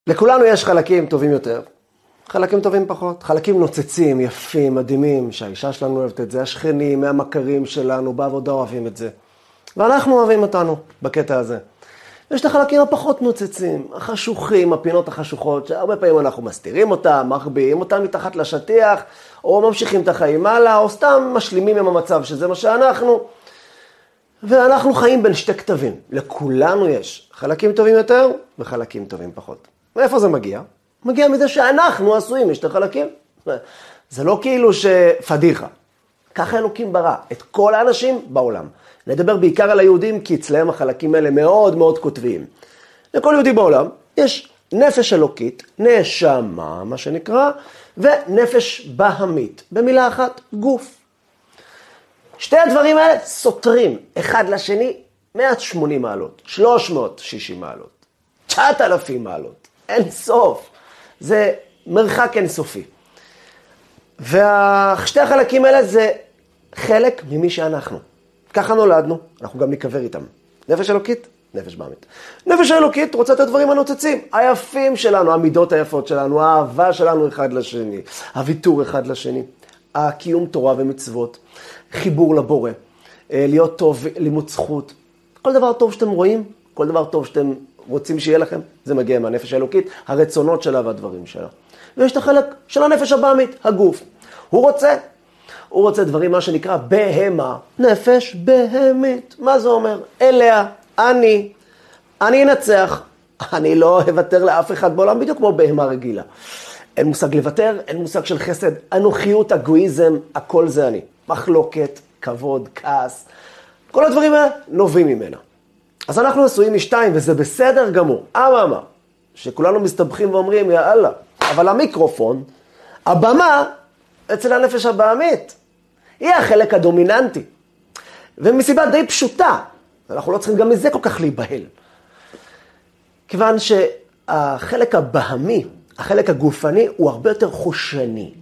לכולנו יש חלקים טובים יותר, חלקים טובים פחות, חלקים נוצצים, יפים, מדהימים, שהאישה שלנו אוהבת את זה, השכנים, המכרים שלנו, בעבודה אוהבים את זה. ואנחנו אוהבים אותנו בקטע הזה. יש את החלקים הפחות נוצצים, החשוכים, הפינות החשוכות, שהרבה פעמים אנחנו מסתירים אותם, מחביאים אותם מתחת לשטיח, או ממשיכים את החיים הלאה, או סתם משלימים עם המצב שזה מה שאנחנו. ואנחנו חיים בין שתי כתבים. לכולנו יש חלקים טובים יותר וחלקים טובים פחות. מאיפה זה מגיע? מגיע מזה שאנחנו עשויים משתי חלקים. זה לא כאילו שפדיחה. ככה אלוקים ברא את כל האנשים בעולם. נדבר בעיקר על היהודים, כי אצלהם החלקים האלה מאוד מאוד כותביים. לכל יהודי בעולם יש נפש אלוקית, נשמה, מה שנקרא, ונפש בהמית. במילה אחת, גוף. שתי הדברים האלה סותרים אחד לשני 180 מעלות, 360 מעלות, 9,000 מעלות, אין סוף. זה מרחק אינסופי. ושתי החלקים האלה זה חלק ממי שאנחנו. ככה נולדנו, אנחנו גם ניקבר איתם. נפש אלוקית, נפש בהמית. נפש האלוקית רוצה את הדברים הנוצצים, היפים שלנו, המידות היפות שלנו, האהבה שלנו אחד לשני, הוויתור אחד לשני, הקיום תורה ומצוות, חיבור לבורא, להיות טוב, לימוד זכות. כל דבר טוב שאתם רואים, כל דבר טוב שאתם רוצים שיהיה לכם, זה מגיע מהנפש האלוקית, הרצונות שלה והדברים שלה. ויש את החלק של הנפש הבהמית, הגוף. הוא רוצה דברים, מה שנקרא בהמה, נפש בהמית. מה זה אומר? אליה, אני אנצח, אני לא אוותר לאף אחד בעולם, בדיוק כמו בהמה רגילה. אין מושג לוותר, אין מושג של חסד, אנוכיות, אגואיזם, הכל זה אני. מחלוקת, כבוד, כעס, כל הדברים האלה נובעים ממנה. אז אנחנו עשויים משתיים, וזה בסדר גמור. אממה, שכולנו מסתבכים ואומרים, יא אללה, אבל המיקרופון, הבמה, אצל הנפש הבהמית, היא החלק הדומיננטי. ומסיבה די פשוטה, אנחנו לא צריכים גם מזה כל כך להיבהל. כיוון שהחלק הבהמי, החלק הגופני, הוא הרבה יותר חושני.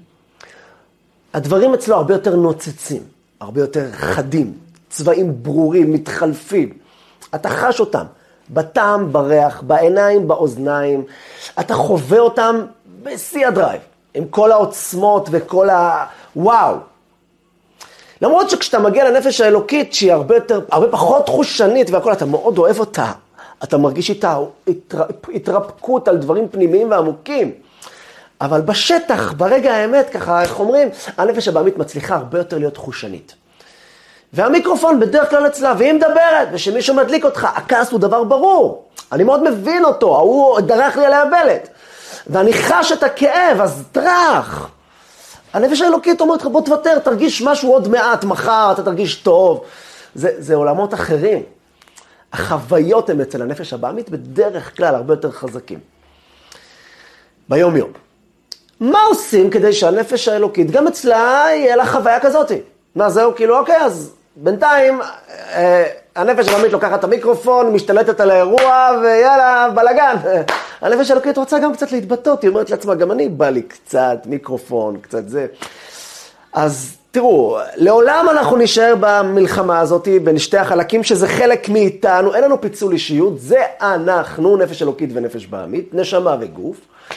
הדברים אצלו הרבה יותר נוצצים, הרבה יותר חדים, צבעים ברורים, מתחלפים. אתה חש אותם בטעם, בריח, בעיניים, באוזניים. אתה חווה אותם בשיא הדרייב, עם כל העוצמות וכל וואו. למרות שכשאתה מגיע לנפש האלוקית, שהיא הרבה פחות חושנית והכל, אתה מאוד אוהב אותה. אתה מרגיש איתה התרפקות על דברים פנימיים ועמוקים. אבל בשטח, ברגע האמת, ככה, איך אומרים, הנפש הבהמית מצליחה הרבה יותר להיות חושנית. והמיקרופון בדרך כלל אצלה, והיא מדברת, ושמישהו מדליק אותך, הכעס הוא דבר ברור. אני מאוד מבין אותו, הוא דרך לי על הבלט. ואני חש את הכאב, אז דרך. הנפש האלוקית אומרת לך, בוא תוותר, תרגיש משהו עוד מעט, מחר, אתה תרגיש טוב. זה עולמות אחרים. החוויות הן אצל הנפש הבהמית בדרך כלל הרבה יותר חזקים. ביום יום. מה עושים כדי שהנפש האלוקית, גם אצלה יהיה לה חוויה כזאת? מה זהו? כאילו, אוקיי, אז בינתיים הנפש הבהמית לוקחת את המיקרופון, משתלטת על האירוע, ויאללה, בלגן. הנפש האלוקית רוצה גם קצת להתבטאות, היא אומרת לעצמה, גם אני בא לי קצת מיקרופון, קצת זה. אז תראו, לעולם אנחנו נשאר במלחמה הזאת, בין שתי החלקים, שזה חלק מאיתנו, אין לנו פיצול אישיות, זה אנחנו, נפש אלוקית ונפש בהמית, נשמה וגוף.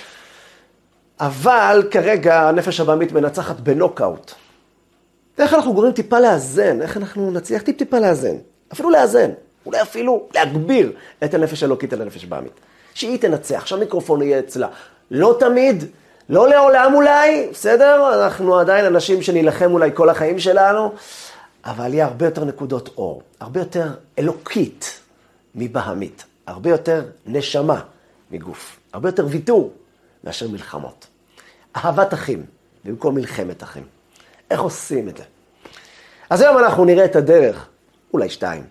אבל כרגע הנפש הבהמית מנצחת בנוקאוט. איך אנחנו גורמים טיפה לאזן? איך אנחנו נצליח טיפה לאזן? אפילו לאזן, אולי אפילו להגביר את הנפש האלוקית על הנפש הבהמית. שהיא תנצח, שהמיקרופון יהיה אצלה. לא תמיד, לא לעולם אולי, בסדר? אנחנו עדיין אנשים שנלחם אולי כל החיים שלנו, אבל יהיה הרבה יותר נקודות אור, הרבה יותר אלוקית מבהמית, הרבה יותר נשמה מגוף, הרבה יותר ויתור מאשר מלחמות. אהבת אחים במקום מלחמת אחים. איך עושים את זה? אז היום אנחנו נראה את הדרך, אולי שתיים,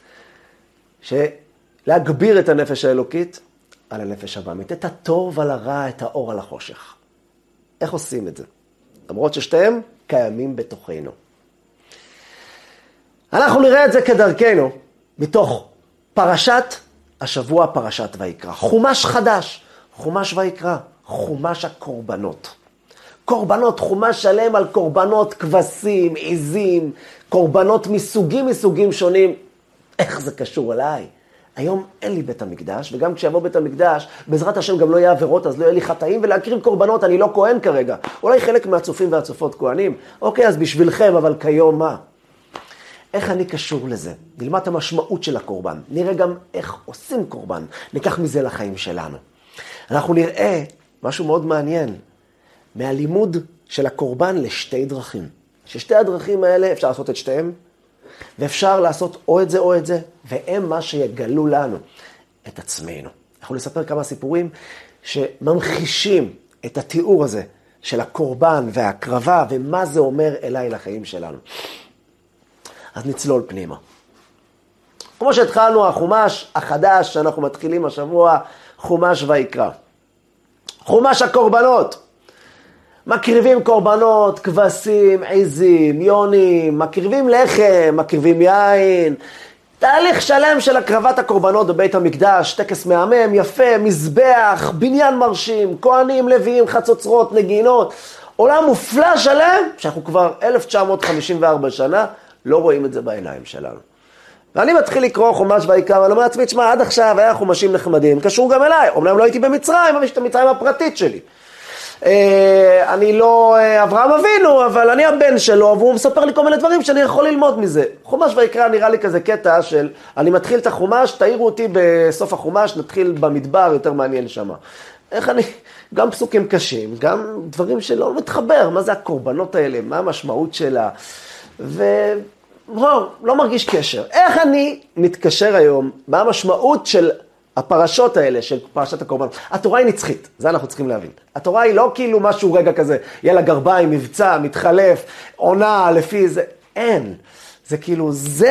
שלהגביר את הנפש האלוקית על הנפש הבהמית, את הטוב על הרע, את האור על החושך. איך עושים את זה? למרות ששתיהם קיימים בתוכנו. אנחנו נראה את זה כדרכנו, מתוך פרשת השבוע, פרשת ויקרא. חומש חדש, חומש ויקרא, חומש הקורבנות. קורבנות, חומש שלם על קורבנות, כבשים, עיזים, קורבנות מסוגים שונים. איך זה קשור אליי? היום אין לי בית המקדש, וגם כשיבוא בית המקדש, בעזרת השם גם לא יהיה עבירות, אז לא יהיה לי חטאים, ולהקריב קורבנות, אני לא כהן כרגע. אולי חלק מהצופים והצופות כהנים. אוקיי, אז בשבילכם, אבל כיום מה? איך אני קשור לזה? נלמד את המשמעות של הקורבן. נראה גם איך עושים קורבן. ניקח מזה לחיים שלנו. אנחנו נראה משהו מאוד מעניין, מהלימוד של הקורבן לשתי דרכים. ששתי הדרכים האלה אפשר לעשות את שתיהם, ואפשר לעשות או את זה או את זה, והם מה שיגלו לנו את עצמנו. אנחנו נספר כמה סיפורים שממחישים את התיאור הזה של הקורבן וההקרבה, ומה זה אומר אליי לחיים שלנו. אז נצלול פנימה. כמו שהתחלנו, החומש החדש שאנחנו מתחילים השבוע, חומש ויקרא. חומש הקורבנות. מקריבים קורבנות, כבשים, עזים, יונים, מקריבים לחם, מקריבים יין. תהליך שלם של הקרבת הקורבנות בבית המקדש, טקס מהמם, יפה, מזבח, בניין מרשים, כהנים, לוויים, חצוצרות, נגינות. עולם מופלא שלם, שאנחנו כבר 1954 שנה, לא רואים את זה בעיניים שלנו. ואני מתחיל לקרוא חומש ויקרא, ואני אומר לעצמי, תשמע, עד עכשיו היה חומשים נחמדים, קשור גם אליי. אומנם לא הייתי במצרים, אבל יש את המצרים הפרטית שלי. אני לא אברהם אבינו, אבל אני הבן שלו, והוא מספר לי כל מיני דברים שאני יכול ללמוד מזה. חומש ויקרא נראה לי כזה קטע של, אני מתחיל את החומש, תאירו אותי בסוף החומש, נתחיל במדבר, יותר מעניין שמה. איך אני, גם פסוקים קשים, גם דברים שלא מתחבר, מה זה הקורבנות האלה, מה המשמעות שלה, לא מרגיש קשר. איך אני מתקשר היום, מה המשמעות של הפרשות האלה, של פרשת הקורבנות? התורה היא נצחית, זה אנחנו צריכים להבין. התורה היא לא כאילו משהו רגע כזה, יאללה גרביים, מבצע, מתחלף, עונה, לפי זה, אין. זה כאילו,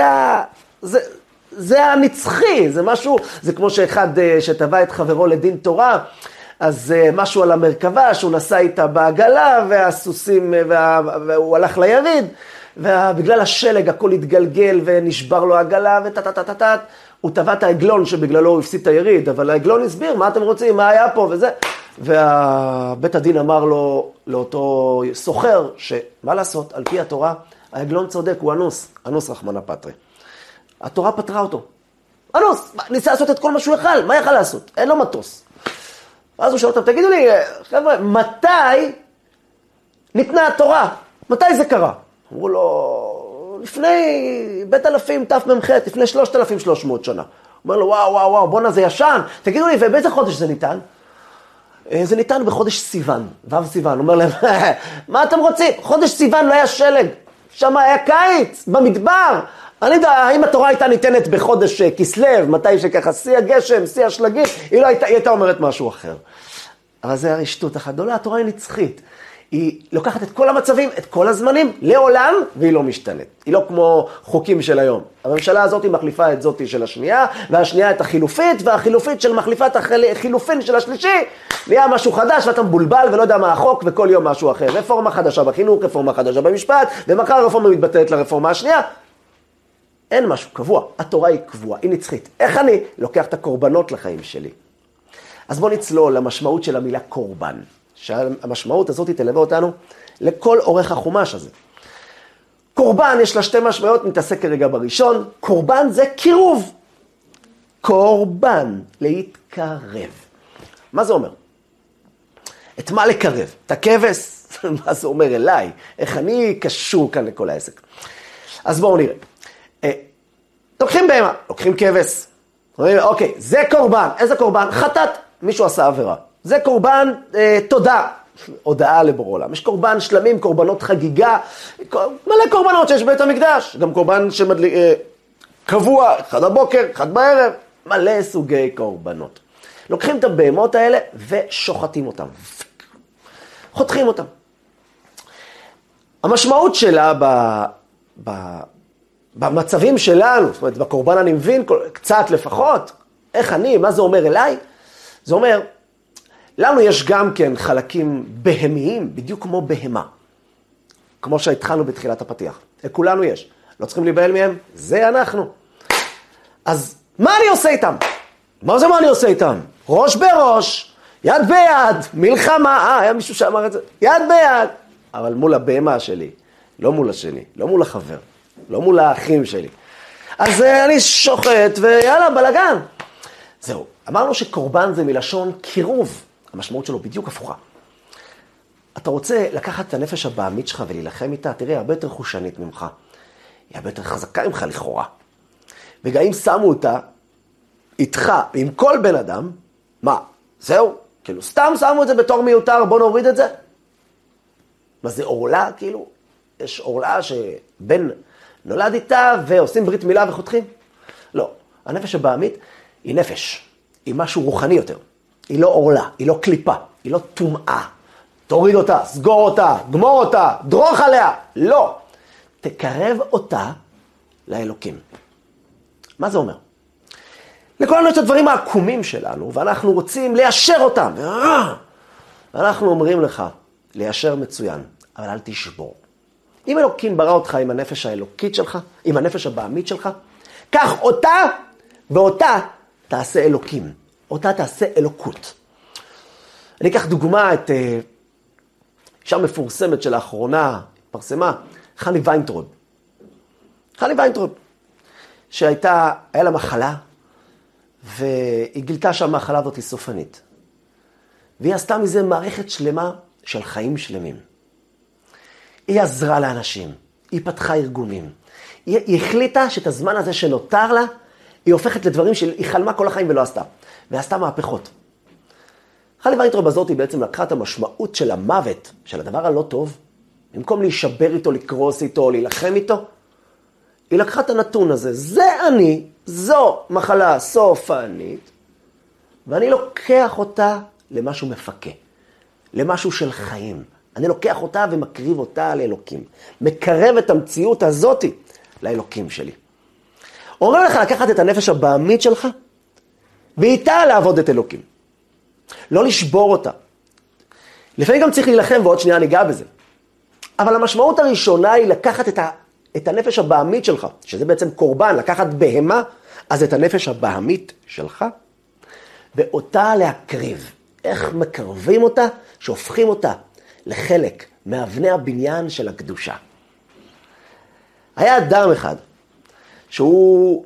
זה הנצחי, זה משהו, זה כמו שאחד שטבע את חברו לדין תורה, אז משהו על המרכבה, שהוא נסע איתה בעגלה, והסוסים, והוא הלך ליריד, ובגלל השלג הכל התגלגל ונשבר לו העגלה וטטטטטט, הוא טבע את העגלון שבגללו הוא הפסיד את היריד, אבל העגלון הסביר מה אתם רוצים, מה היה פה וזה. ובית הדין אמר לו, לאותו סוחר, שמה לעשות, על פי התורה, העגלון צודק, הוא אנוס רחמנא פטרי. התורה פטרה אותו. אנוס, ניסה לעשות את כל מה שהוא יכל, מה יכל לעשות? אין לו מטוס. אז הוא שואל אותם, תגידו לי, חבר'ה, מתי ניתנה התורה? מתי זה קרה? אמרו לו, לפני בית אלפים תמ"ח, לפני 3,300 שנה. הוא אומר לו, וואו, בונה זה ישן. תגידו לי, ובאיזה חודש זה ניתן? זה ניתן בחודש סיוון, ו' סיוון. הוא אומר להם, מה אתם רוצים? חודש סיוון לא היה שלג, שם היה קיץ, במדבר. אני יודע, האם התורה הייתה ניתנת בחודש כסלו, מתי שככה שיא הגשם, שיא השלגים, היא הייתה אומרת משהו אחר. אבל זה הרי שטות אחת גדולה, התורה היא נצחית. היא לוקחת את כל המצבים, את כל הזמנים, לעולם, והיא לא משתנית. היא לא כמו חוקים של היום. הממשלה הזאת מחליפה את זאתי של השנייה, והשנייה את החילופית, והחילופית של מחליפה את החילופין של השלישי, נהיה משהו חדש, ואתה מבולבל ולא יודע מה החוק, וכל יום משהו אחר. רפורמה חדשה בחינוך, רפורמה חדשה במשפט, ומחר הרפורמה מתבטאת לרפורמה השנייה. אין משהו קבוע, התורה היא קבועה, היא נצחית. איך אני לוקח את הקורבנות לחיים שלי? אז בוא נצלול למשמעות של המילה קורבן. שהמשמעות הזאת תלווה אותנו לכל אורך החומש הזה. קורבן יש לה שתי משמעויות, נתעסק כרגע בראשון. קורבן זה קירוב. קורבן, להתקרב. מה זה אומר? את מה לקרב? את הכבש? מה זה אומר אליי? איך אני קשור כאן לכל העסק? אז בואו נראה. לוקחים בהמה, לוקחים כבש. אוקיי, זה קורבן. איזה קורבן? חטאת. מישהו עשה עבירה. זה קורבן תודה, הודעה לבורא עולם. יש קורבן שלמים, קורבנות חגיגה, מלא קורבנות שיש בבית המקדש. גם קורבן קבוע, אחד הבוקר, אחד בערב, מלא סוגי קורבנות. לוקחים את הבהמות האלה ושוחטים אותם. חותכים אותם. המשמעות שלה במצבים שלנו, זאת אומרת, בקורבן אני מבין קצת לפחות, איך אני, מה זה אומר אליי? זה אומר, לנו יש גם כן חלקים בהמיים, בדיוק כמו בהמה. כמו שהתחלנו בתחילת הפתיח. לכולנו יש. לא צריכים להיבהל מהם, זה אנחנו. אז מה אני עושה איתם? מה אני עושה איתם? ראש בראש, יד ביד, מלחמה. היה מישהו שאמר את זה. יד ביד. אבל מול הבהמה שלי, לא מול השני, לא מול החבר, לא מול האחים שלי. אז אני שוחט ויאללה, בלגן. זהו, אמרנו שקורבן זה מלשון קירוב. המשמעות שלו בדיוק הפוכה. אתה רוצה לקחת את הנפש הבעמית שלך ולהילחם איתה, תראה, הרבה יותר חושנית ממך. היא הרבה יותר חזקה ממך לכאורה. וגם אם שמו אותה איתך, עם כל בן אדם, מה? זהו? כאילו, סתם שמו את זה בתור מיותר, בוא נוריד את זה? מה זה עורלה? כאילו, יש עורלה שבן נולד איתה ועושים ברית מילה וחותכים? לא. הנפש הבעמית היא נפש. היא משהו רוחני יותר. היא לא עורלה, היא לא קליפה, היא לא טומאה. תוריד אותה, סגור אותה, גמור אותה, דרוך עליה. לא. תקרב אותה לאלוקים. מה זה אומר? לכולנו יש את הדברים העקומים שלנו, ואנחנו רוצים ליישר אותם. ואנחנו אומרים לך, ליישר מצוין, אבל אל תשבור. אם אלוקים ברא אותך עם הנפש האלוקית שלך, עם הנפש הבעמית שלך, קח אותה, ואותה תעשה אלוקים. אותה תעשה אלוקות. אני אקח דוגמה את אישה מפורסמת שלאחרונה, פרסמה, חני ויינטרוד. חני ויינטרוד, היה לה מחלה, והיא גילתה שהמחלה הזאת היא סופנית. והיא עשתה מזה מערכת שלמה של חיים שלמים. היא עזרה לאנשים, היא פתחה ארגונים. היא החליטה שאת הזמן הזה שנותר לה, היא הופכת לדברים שהיא חלמה כל החיים ולא עשתה. ועשתה מהפכות. חני ויינטרוד הזאת היא בעצם לקחה את המשמעות של המוות, של הדבר הלא טוב, במקום להישבר איתו, לקרוס איתו, להילחם איתו, היא לקחה את הנתון הזה, זה אני, זו מחלה סופנית, ואני לוקח אותה למשהו מפקה, למשהו של חיים. אני לוקח אותה ומקריב אותה לאלוקים. מקרב את המציאות הזאת לאלוקים שלי. אומר לך לקחת את הנפש הבעמית שלך, ואיתה לעבוד את אלוקים. לא לשבור אותה. לפעמים גם צריך להילחם, ועוד שנייה ניגע בזה. אבל המשמעות הראשונה היא לקחת את הנפש הבעמית שלך, שזה בעצם קורבן, לקחת בהמה, אז את הנפש הבעמית שלך, ואותה להקריב. איך מקרבים אותה? שהופכים אותה לחלק מאבני הבניין של הקדושה. היה אדם אחד, שהוא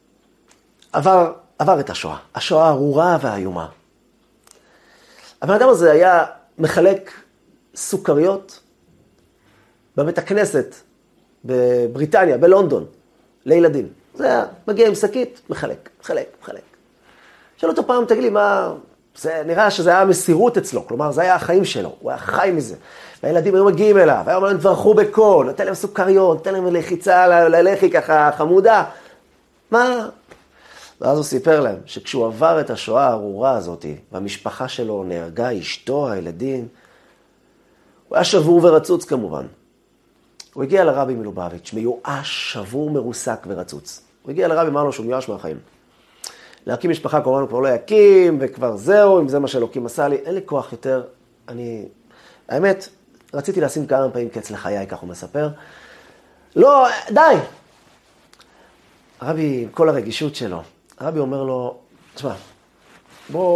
עבר את השואה. השואה הארורה והאיומה. אבל האדם הזה היה מחלק סוכריות בבית הכנסת בבריטניה, בלונדון, לילדים. זה היה מגיע עם שקית, מחלק. שאלו אותו פעם, תגיד לי, מה... זה נראה שזה היה מסירות אצלו, כלומר, זה היה החיים שלו, הוא היה חי מזה. והילדים היו מגיעים אליו, היום הם תברכו בקול, נתן להם סוכריות, נתן להם לחיצה ללחי ככה חמודה. מה? ואז הוא סיפר להם שכשהוא עבר את השואה הארורה הזאת, והמשפחה שלו נהרגה, אשתו, הילדים, הוא היה שבור ורצוץ כמובן. הוא הגיע לרבי מלובביץ', מיואש, שבור, מרוסק ורצוץ. הוא הגיע לרבי, אמר לו שהוא מיואש מהחיים. להקים משפחה כמובן כבר לא יקים, וכבר זהו, אם זה מה שאלוקים עשה לי, אין לי כוח יותר. האמת, רציתי לשים כמה פעמים קץ לחיי, כך הוא מספר. לא, די! הרבי, עם כל הרגישות שלו, הרבי אומר לו, תשמע, בוא,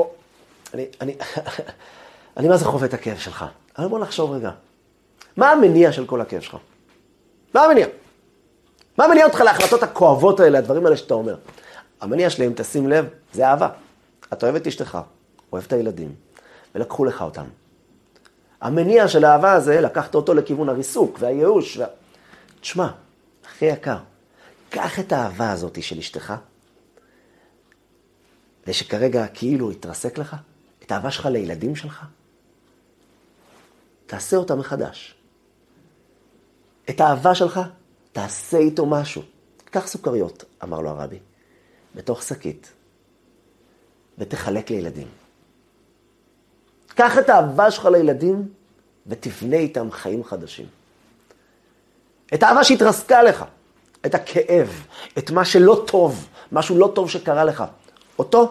אני מה זה חווה את הכאב שלך? אבל בוא נחשוב רגע. מה המניע של כל הכאב שלך? מה המניע? מה מניע אותך להחלטות הכואבות האלה, הדברים האלה שאתה אומר? המניע שלהם, תשים לב, זה אהבה. אתה אוהב את אשתך, אוהב את הילדים, ולקחו לך אותם. המניע של האהבה הזה, לקחת אותו לכיוון הריסוק והייאוש. תשמע, אחי יקר, קח את האהבה הזאת של אשתך, ושכרגע כאילו יתרסק לך, את האהבה שלך לילדים שלך, תעשה אותה מחדש. את האהבה שלך, תעשה איתו משהו. קח סוכריות, אמר לו הרבי, בתוך שקית, ותחלק לילדים. קח את האהבה שלך לילדים, ותבנה איתם חיים חדשים. את האהבה שהתרסקה לך, את הכאב, את מה שלא טוב, משהו לא טוב שקרה לך, אותו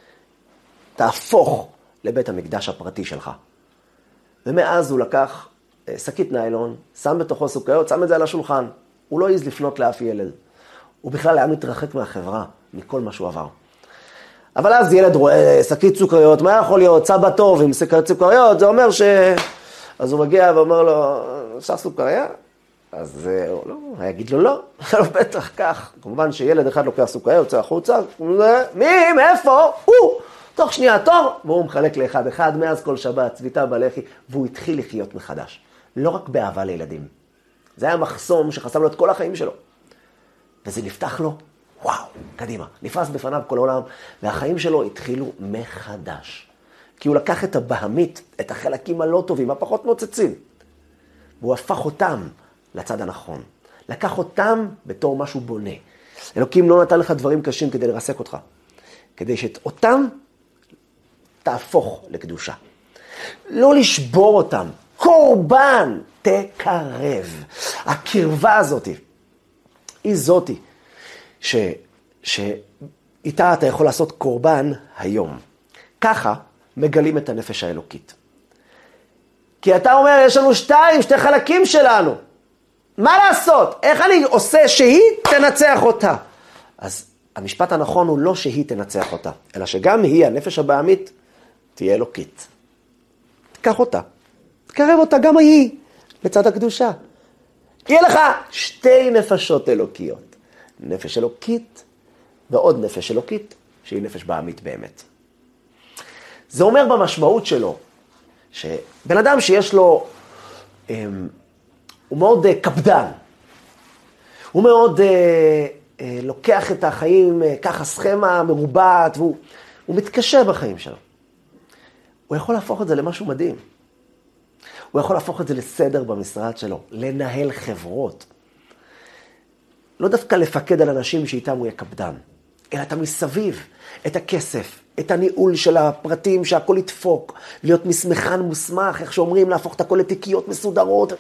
תהפוך לבית המקדש הפרטי שלך. ומאז הוא לקח שקית ניילון, שם בתוכו סוכריות, שם את זה על השולחן. הוא לא העז לפנות לאף ילד. הוא בכלל היה מתרחק מהחברה, מכל מה שהוא עבר. אבל אז ילד רואה שקית סוכריות, מה יכול להיות? סבא טוב עם שקית סוכריות, זה אומר ש... אז הוא מגיע ואומר לו, אפשר סוכריה? אז הוא לא, יגיד לו לא, בטח כך. כמובן שילד אחד לוקח סוכריה, יוצא החוצה, מי, מאיפה? תוך שנייה תור, והוא מחלק לאחד אחד, מאז כל שבת, צביטה בלחי, והוא התחיל לחיות מחדש. לא רק באהבה לילדים. זה היה מחסום שחסם לו את כל החיים שלו. וזה נפתח לו, וואו, קדימה, נפרס בפניו כל העולם, והחיים שלו התחילו מחדש. כי הוא לקח את הבהמית, את החלקים הלא טובים, הפחות נוצצים, והוא הפך אותם לצד הנכון. לקח אותם בתור משהו בונה. אלוקים לא נתן לך דברים קשים כדי לרסק אותך. כדי שאותם תהפוך לקדושה. לא לשבור אותם. קורבן תקרב. הקרבה הזאת היא זאתי שאיתה אתה יכול לעשות קורבן היום. ככה מגלים את הנפש האלוקית. כי אתה אומר, יש לנו שתי חלקים שלנו. מה לעשות? איך אני עושה שהיא תנצח אותה? אז המשפט הנכון הוא לא שהיא תנצח אותה, אלא שגם היא, הנפש הבהמית, תהיה אלוקית. תקח אותה. תקרב אותה גם היא, לצד הקדושה. יהיה לך שתי נפשות אלוקיות. נפש אלוקית ועוד נפש אלוקית, שהיא נפש בהמית באמת. זה אומר במשמעות שלו, שבן אדם שיש לו, הוא מאוד קפדן. הוא מאוד לוקח את החיים ככה סכמה מרובעת, והוא מתקשה בחיים שלו. הוא יכול להפוך את זה למשהו מדהים. הוא יכול להפוך את זה לסדר במשרד שלו, לנהל חברות. לא דווקא לפקד על אנשים שאיתם הוא יהיה קפדן, אלא אתה מסביב את הכסף, את הניהול של הפרטים, שהכל ידפוק, להיות מסמכן מוסמך, איך שאומרים, להפוך את הכל לתיקיות מסודרות.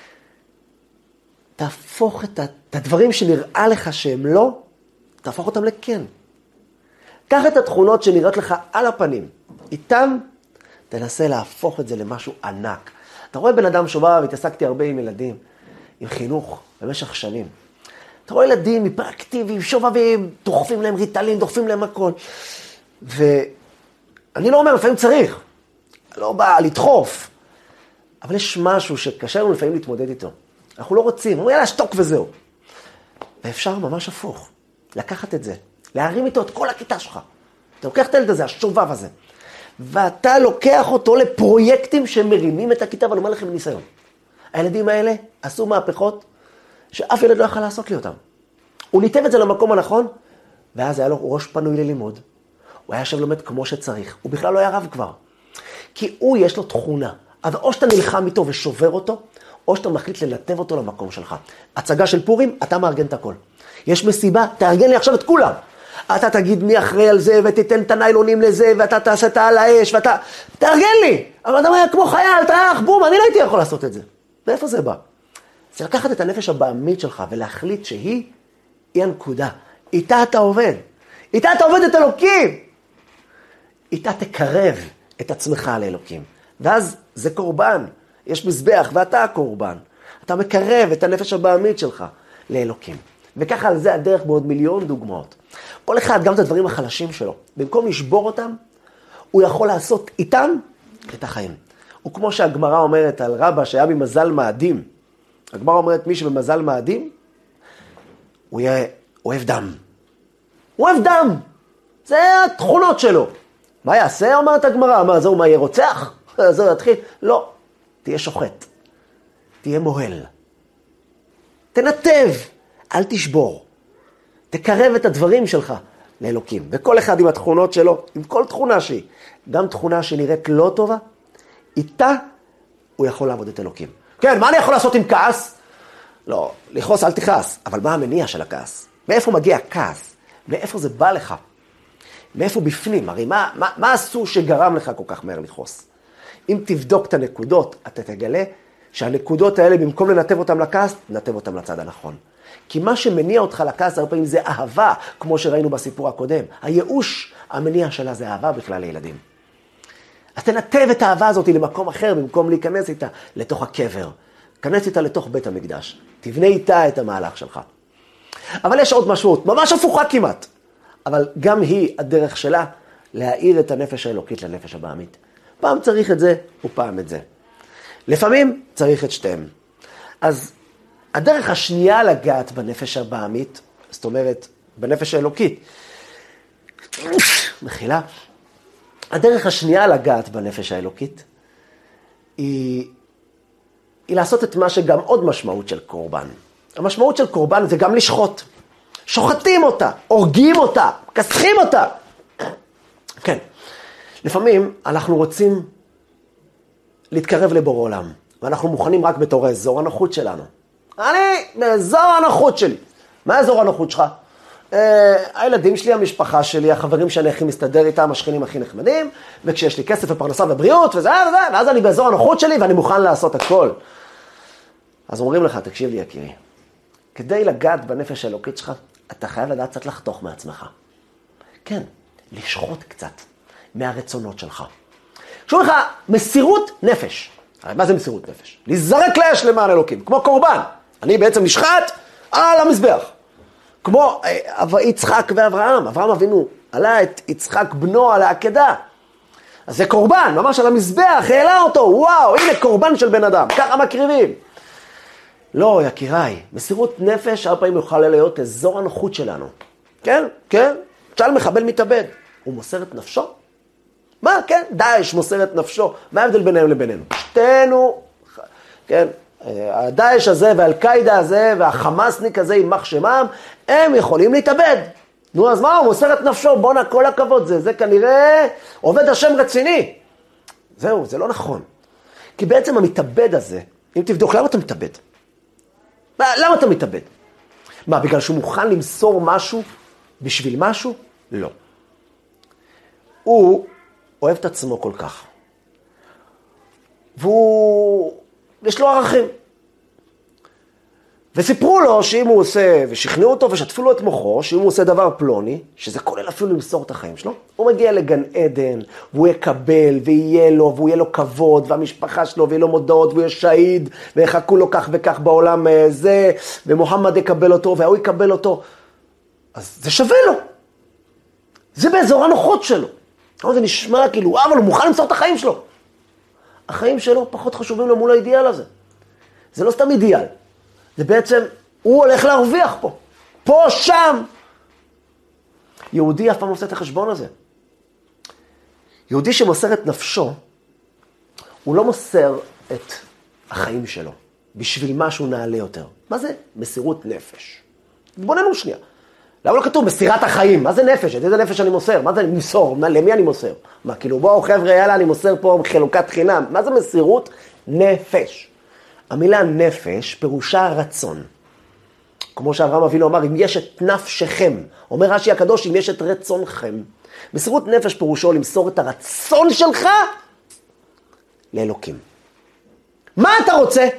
תהפוך את הדברים שנראה לך שהם לא, תהפוך אותם לכן. קח את התכונות שנראות לך על הפנים, איתם תנסה להפוך את זה למשהו ענק. אתה רואה בן אדם שבא, והתעסקתי הרבה עם ילדים, עם חינוך, במשך שנים. אתה רואה ילדים היפראקטיביים, שובבים, דוחפים להם ריטלין, דוחפים להם הכל. ואני לא אומר, לפעמים צריך, לא בא לדחוף, אבל יש משהו שקשה לנו לפעמים להתמודד איתו. אנחנו לא רוצים, אומרים, יאללה, שתוק וזהו. ואפשר ממש הפוך, לקחת את זה, להרים איתו את כל הכיתה שלך. אתה לוקח את הילד הזה, השובב הזה, ואתה לוקח אותו לפרויקטים שמרימים את הכיתה, ואני אומר לכם ניסיון. הילדים האלה עשו מהפכות שאף ילד לא יכל לעשות לי אותם. הוא ניתב את זה למקום הנכון, ואז היה לו ראש פנוי ללימוד. הוא היה עכשיו לומד כמו שצריך. הוא בכלל לא היה רב כבר. כי הוא יש לו תכונה. אז או שאתה נלחם איתו ושובר אותו, או שאתה מחליט לנתב אותו למקום שלך. הצגה של פורים, אתה מארגן את הכל. יש מסיבה, תארגן לי עכשיו את כולם. אתה תגיד מי אחראי על זה, ותיתן את הניילונים לזה, ואתה תעשה את על האש, ואתה... תארגן לי! אבל אתה אומר, כמו חייל, טרח, בום, אני לא הייתי יכול לעשות את זה. מאיפה זה בא? זה לקחת את הנפש הבהמית שלך, ולהחליט שהיא הנקודה. איתה אתה עובד. איתה אתה עובד את אלוקים. איתה תקרב את עצמך לאלוקים. ואז זה קורבן. יש מזבח, ואתה הקורבן. אתה מקרב את הנפש הבהמית שלך לאלוקים. וככה על זה הדרך בעוד מיליון דוגמאות. כל אחד, גם את הדברים החלשים שלו, במקום לשבור אותם, הוא יכול לעשות איתם את החיים. וכמו שהגמרא אומרת על רבא שהיה במזל מאדים, הגמרא אומרת מי שבמזל מאדים, הוא יהיה אוהב דם. הוא אוהב דם. זה התכונות שלו. מה יעשה? אומרת הגמרא. מה, זהו, מה יהיה רוצח? זהו, יתחיל. לא. תהיה שוחט. תהיה מוהל. תנתב. אל תשבור. תקרב את הדברים שלך לאלוקים. וכל אחד עם התכונות שלו, עם כל תכונה שהיא, גם תכונה שנראית לא טובה, איתה הוא יכול לעבוד את אלוקים. כן, מה אני יכול לעשות עם כעס? לא, לכעוס אל תכעס, אבל מה המניע של הכעס? מאיפה מגיע הכעס? מאיפה זה בא לך? מאיפה בפנים? הרי מה עשו שגרם לך כל כך מהר לכעוס? אם תבדוק את הנקודות, אתה תגלה שהנקודות האלה, במקום לנתב אותם לכעס, נתב אותם לצד הנכון. כי מה שמניע אותך לכעס הרבה פעמים זה אהבה, כמו שראינו בסיפור הקודם. הייאוש, המניע שלה זה אהבה בכלל לילדים. אז תנתב את האהבה הזאת למקום אחר, במקום להיכנס איתה לתוך הקבר. כנס איתה לתוך בית המקדש. תבנה איתה את המהלך שלך. אבל יש עוד משמעות, ממש הפוכה כמעט. אבל גם היא הדרך שלה להאיר את הנפש האלוקית לנפש הבהמית. פעם צריך את זה ופעם את זה. לפעמים צריך את שתיהם. אז הדרך השנייה לגעת בנפש הבעמית, זאת אומרת, בנפש האלוקית, מחילה, הדרך השנייה לגעת בנפש האלוקית, היא לעשות את מה שגם עוד משמעות של קורבן. המשמעות של קורבן זה גם לשחוט. שוחטים אותה, הורגים אותה, כסחים אותה. כן, לפעמים אנחנו רוצים להתקרב לבורא עולם, ואנחנו מוכנים רק בתור האזור הנוחות שלנו. אני באזור הנוחות שלי. מה האזור הנוחות שלך? הילדים שלי, המשפחה שלי, החברים שאני הכי מסתדר איתם, השכנים הכי נחמדים, וכשיש לי כסף ופרנסה ובריאות וזה, ואז אני באזור הנוחות שלי ואני מוכן לעשות הכל. אז אומרים לך, תקשיב לי יקירי, כדי לגעת בנפש האלוקית שלך, אתה חייב לדעת קצת לחתוך מעצמך. כן, לשחוט קצת מהרצונות שלך. שוב לך, מסירות נפש. מה זה מסירות נפש? להיזרק לאש למען אלוקים, כמו קורבן. אני בעצם נשחט על המזבח. כמו יצחק ואברהם. אברהם אבינו עלה את יצחק בנו על העקדה. אז זה קורבן, ממש על המזבח, העלה אותו. וואו, הנה קורבן של בן אדם. ככה מקריבים. לא, יקיריי, מסירות נפש הרבה פעמים יוכל להיות אזור הנוחות שלנו. כן, כן. שאל מחבל מתאבד. הוא מוסר את נפשו? מה, כן? דאעש מוסר את נפשו. מה ההבדל ביניהם לבינינו? שתינו, כן, הדאעש הזה והאל-קאידה הזה והחמאסניק הזה עם מחשמם, הם יכולים להתאבד. נו, אז מה? הוא מוסר את נפשו. בונה, כל הכבוד. זה כנראה עובד השם רציני. זהו, זה לא נכון. כי בעצם המתאבד הזה, אם תבדוק, למה אתה מתאבד? למה אתה מתאבד? מה, בגלל שהוא מוכן למסור משהו בשביל משהו? לא. הוא אוהב את עצמו כל כך. יש לו ערכים. וסיפרו לו שאם הוא עושה, ושכנעו אותו ושתפו לו את מוחו, שאם הוא עושה דבר פלוני, שזה כולל אפילו למסור את החיים שלו, הוא מגיע לגן עדן, והוא יקבל, ויהיה לו, והוא יהיה לו כבוד, והמשפחה שלו, ויהיה לו מודעות, והוא יהיה שהיד, ויחכו לו כך וכך בעולם זה, ומוחמד יקבל אותו, והוא יקבל אותו. אז זה שווה לו. זה באזור הנוחות שלו. אבל זה נשמע כאילו, אבל הוא מוכן למסור את החיים שלו. החיים שלו פחות חשובים לו מול האידיאל הזה. זה לא סתם אידיאל. זה בעצם, הוא הולך להרוויח פה. פה, שם. יהודי אף פעם עושה את החשבון הזה. יהודי שמוסר את נפשו, הוא לא מוסר את החיים שלו, בשביל משהו נעלה יותר. מה זה? מסירות נפש. בוננו שנייה. למה לא כתוב מסירת החיים? מה זה נפש? את איזה נפש אני מוסר? מה זה למסור? למי אני מוסר? מה, כאילו, בואו חבר'ה, יאללה, אני מוסר פה חלוקת חינם. מה זה מסירות? נפש. המילה נפש פירושה רצון. כמו שאברהם אבינו אמר, אם יש את נפשכם, אומר רש"י הקדוש, אם יש את רצונכם. מסירות נפש פירושו למסור את הרצון שלך לאלוקים. מה אתה רוצה?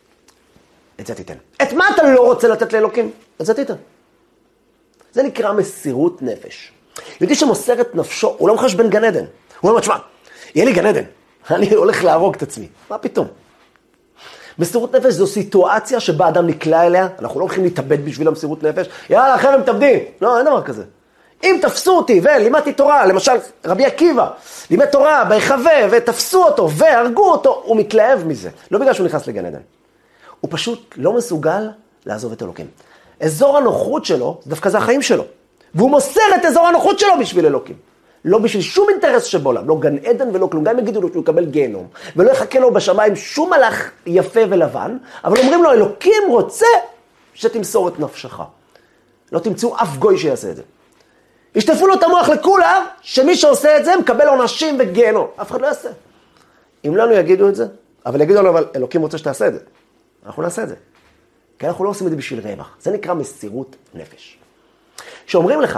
את זה תיתן. את מה אתה לא רוצה לתת לאלוקים? את זה תיתן. זה נקרא מסירות נפש. יהודי שמוסר את נפשו, הוא לא מחש בין גן עדן. הוא אומר, תשמע, יהיה לי גן עדן, אני הולך להרוג את עצמי. מה פתאום? מסירות נפש זו סיטואציה שבה אדם נקלע אליה, אנחנו לא הולכים להתאבד בשביל המסירות נפש, יאללה, אחרי הם מתאבדים. לא, אין דבר כזה. אם תפסו אותי ולימדתי תורה, למשל רבי עקיבא, לימד תורה בהיחווה ותפסו אותו והרגו אותו, הוא מתלהב מזה. לא בגלל שהוא נכנס לגן עדן. הוא פשוט לא מסוגל לעזוב את אלוקים. אזור הנוחות שלו, דווקא זה החיים שלו. והוא מוסר את אזור הנוחות שלו בשביל אלוקים. לא בשביל שום אינטרס שבעולם, לא גן עדן ולא כלום. גם יגידו לו שהוא יקבל גיהנום, ולא יחכה לו בשמיים שום מלאך יפה ולבן, אבל אומרים לו, אלוקים רוצה שתמסור את נפשך. לא תמצאו אף גוי שיעשה את זה. ישטפו לו את המוח לכולם, שמי שעושה את זה מקבל עונשים וגיהנום. אף אחד לא יעשה. אם לנו יגידו את זה, אבל יגידו לו, אבל אלוקים רוצה שתעשה את זה. אנחנו נעשה את זה. כי אנחנו לא עושים את זה בשביל רווח. זה נקרא מסירות נפש. שאומרים לך,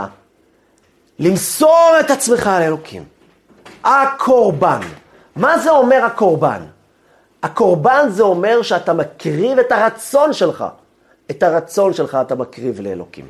למסור את עצמך על אלוקים. הקורבן. מה זה אומר הקורבן? הקורבן זה אומר שאתה מקריב את הרצון שלך. את הרצון שלך אתה מקריב לאלוקים.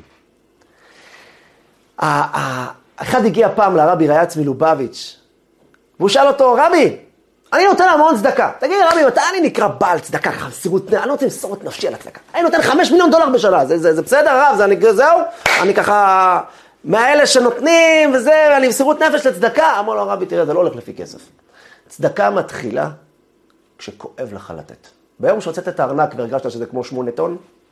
אחד הגיע פעם לרבי רייץ מלובביץ', והוא שאל אותו, רבי, אני נותן המון צדקה. תגיד, רבי, מתי אני נקרא בעל צדקה? אני לא רוצה למסור את נפשי על הצדקה. אני נותן $5 מיליון בשנה. זה בסדר, רב? זהו? אני ככה, מהאלה שנותנים וזה, ואני מסירות נפש לצדקה. אמר לו, רבי, תראה, זה לא הולך לפי כסף. צדקה מתחילה כשכואב לך לתת. ביום שהוצאת את הארנק והרגשת שזה כמו 8 טון,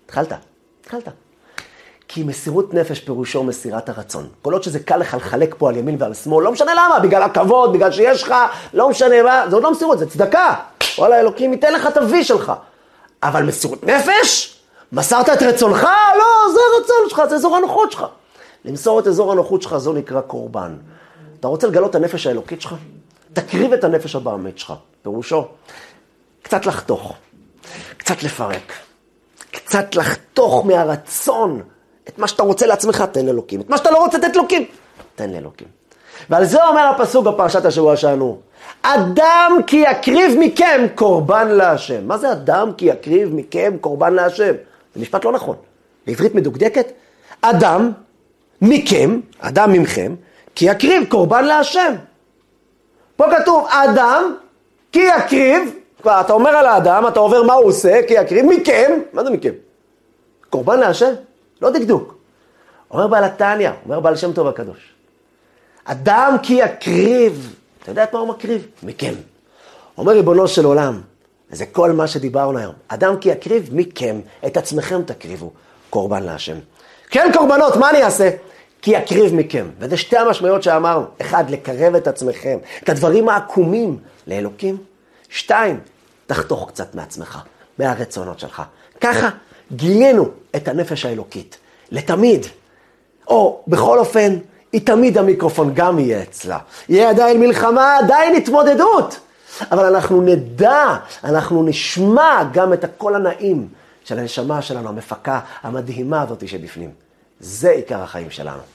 התחלת. כי מסירות נפש פירושו מסירת הרצון. כל עוד שזה קל לך לחלק פה על ימין ועל שמאל, לא משנה למה, בגלל הכבוד, בגלל שיש לך, לא משנה מה, זה עוד לא מסירות, זה צדקה. וואלה, אלוקים ייתן לך את הוי שלך. אבל מסירות נפש? מסרת את רצונך? לא, זה הרצון שלך, זה אזור הנוחות שלך. למסור את אזור הנוחות שלך, זו נקרא קורבן. אתה רוצה לגלות את הנפש האלוקית שלך? תקריב את הנפש הבאמית שלך. פירושו, קצת לחתוך, קצת לפרק, קצת לחתוך מהרצון. את מה שאתה רוצה לעצמך, תן לאלוקים. את מה שאתה לא רוצה, תן לאלוקים. תן לאלוקים. ועל זה אומר הפסוק בפרשת השבוע שלנו. אדם כי יקריב מכם קורבן להשם. מה זה אדם כי יקריב מכם קורבן להשם? זה משפט לא נכון. בעברית מדוקדקת, אדם מכם, אדם ממכם, כי יקריב קורבן להשם. פה כתוב, אדם כי יקריב, אתה אומר על האדם, אתה עובר מה הוא עושה, כי יקריב מכם, מה זה מכם? קורבן להשם? לא דקדוק. אומר בעל התניא, אומר בעל שם טוב הקדוש. אדם כי יקריב, אתה יודע את מה הוא מקריב? מכם. אומר ריבונו של עולם, וזה כל מה שדיברנו היום. אדם כי יקריב מכם, את עצמכם תקריבו, קורבן להשם. כן קורבנות, מה אני אעשה? כי יקריב מכם. וזה שתי המשמעויות שאמרנו. אחד, לקרב את עצמכם, את הדברים העקומים לאלוקים. 2, תחתוך קצת מעצמך, מהרצונות שלך. ככה גילינו את הנפש האלוקית, לתמיד. או בכל אופן, היא תמיד המיקרופון גם יהיה אצלה. יהיה עדיין מלחמה, עדיין התמודדות. אבל אנחנו נדע, אנחנו נשמע גם את הקול הנעים של הנשמה שלנו, המפקה המדהימה הזאת שבפנים. זה עיקר החיים שלנו.